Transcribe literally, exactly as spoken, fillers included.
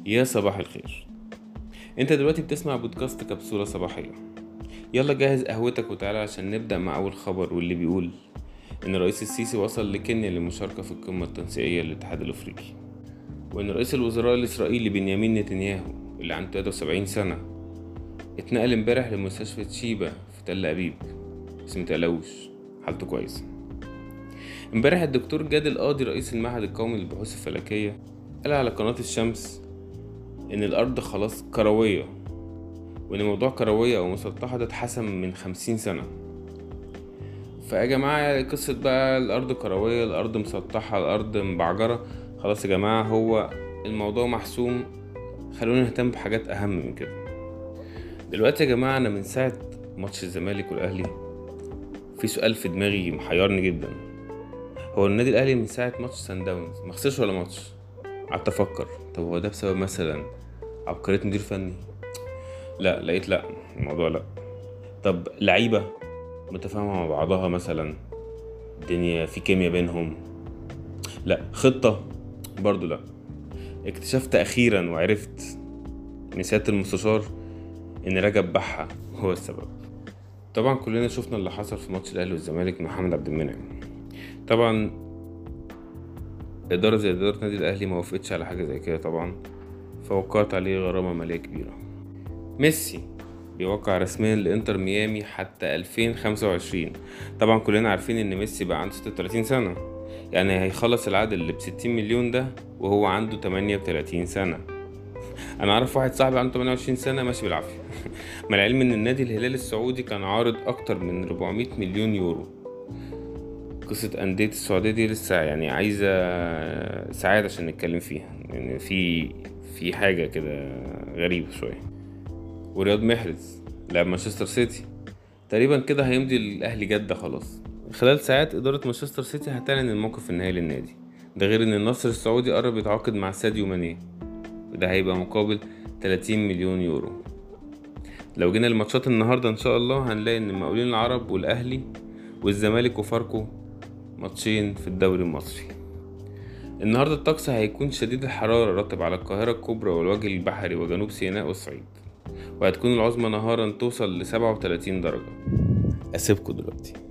يا صباح الخير. انت دلوقتي بتسمع بودكاست كبسولة صباحية. يلا جهز قهوتك وتعالى عشان نبدأ مع أول خبر، واللي بيقول إن الرئيس السيسي وصل لكينيا للمشاركة في القمة التنسيقية للاتحاد الأفريقي، وإن رئيس الوزراء الإسرائيلي بنيامين نتنياهو اللي عنده ثلاثة وسبعين سنة اتنقل امبارح لمستشفى شيبا في تل أبيب، بس متقلقوش حالته كويسة. امبارح الدكتور جاد القاضي رئيس المعهد القومي للبحوث الفلكية قال على قناة الشمس إن الأرض خلاص كروية، وإن موضوع كروية أو مسطحة ده اتحسم من خمسين سنة. فيا جماعة قصة بقى الأرض كروية، الأرض مسطحة، الأرض مبعجرة، خلاص يا جماعة هو الموضوع محسوم. خلونا نهتم بحاجات أهم من كده. دلوقتي يا جماعة أنا من ساعة ماتش الزمالك والأهلي في سؤال في دماغي محيرني جدا. هو النادي الأهلي من ساعة ماتش سان داونز ما خسرش ولا ماتش؟ قعدت أفكر، طب هو ده بسبب مثلا عبقرية مدير فني؟ لا، لقيت لا، الموضوع لا. طب لعيبة متفاهمة مع بعضها مثلا، الدنيا في كيمياء بينهم؟ لا. خطة؟ برضو لا. اكتشفت أخيرا وعرفت من سيادة المستشار إن رجب بحة هو السبب. طبعا كلنا شفنا اللي حصل في ماتش الأهلي والزمالك مع محمد عبد المنعم. طبعا إدارة زي إدارة نادي الأهلي ما وافقتش على حاجة زي كده طبعا، فوقعت عليه غرامة مالية كبيرة. ميسي بيوقع رسميا لإنتر ميامي حتى ألفين وخمسة وعشرين. طبعا كلنا عارفين ان ميسي بقى عنده ستة وثلاثين سنة، يعني هيخلص العقد اللي بستين مليون ده وهو عنده تمانية وتلاتين سنة. انا عارف واحد صاحبي عنده تمانية وعشرين سنة ماشي بالعافية. مع العلم ان النادي الهلال السعودي كان عارض اكتر من أربعمية مليون يورو. قصة أندية السعودية دي لسه يعني عايزة ساعات عشان نتكلم فيها، يعني في في حاجة كده غريبة شوية. ورياض محرز لاعب مانشستر سيتي تقريبا كده هيمضي الاهلي جدة خلاص. خلال ساعات اداره مانشستر سيتي هتعلن الموقف النهائي للنادي ده، غير ان النصر السعودي قرب يتعاقد مع ساديو ماني، وده هيبقى مقابل تلاتين مليون يورو. لو جينا الماتشات النهارده ان شاء الله هنلاقي ان المقاولين العرب والاهلي والزمالك وفاركو ماتشين في الدوري المصري. النهارده الطقس هيكون شديد الحراره، رطب على القاهره الكبرى والوجه البحري وجنوب سيناء والصعيد، وهتكون العظمى نهارا توصل ل سبعة وتلاتين درجة. أسيبكوا دلوقتي.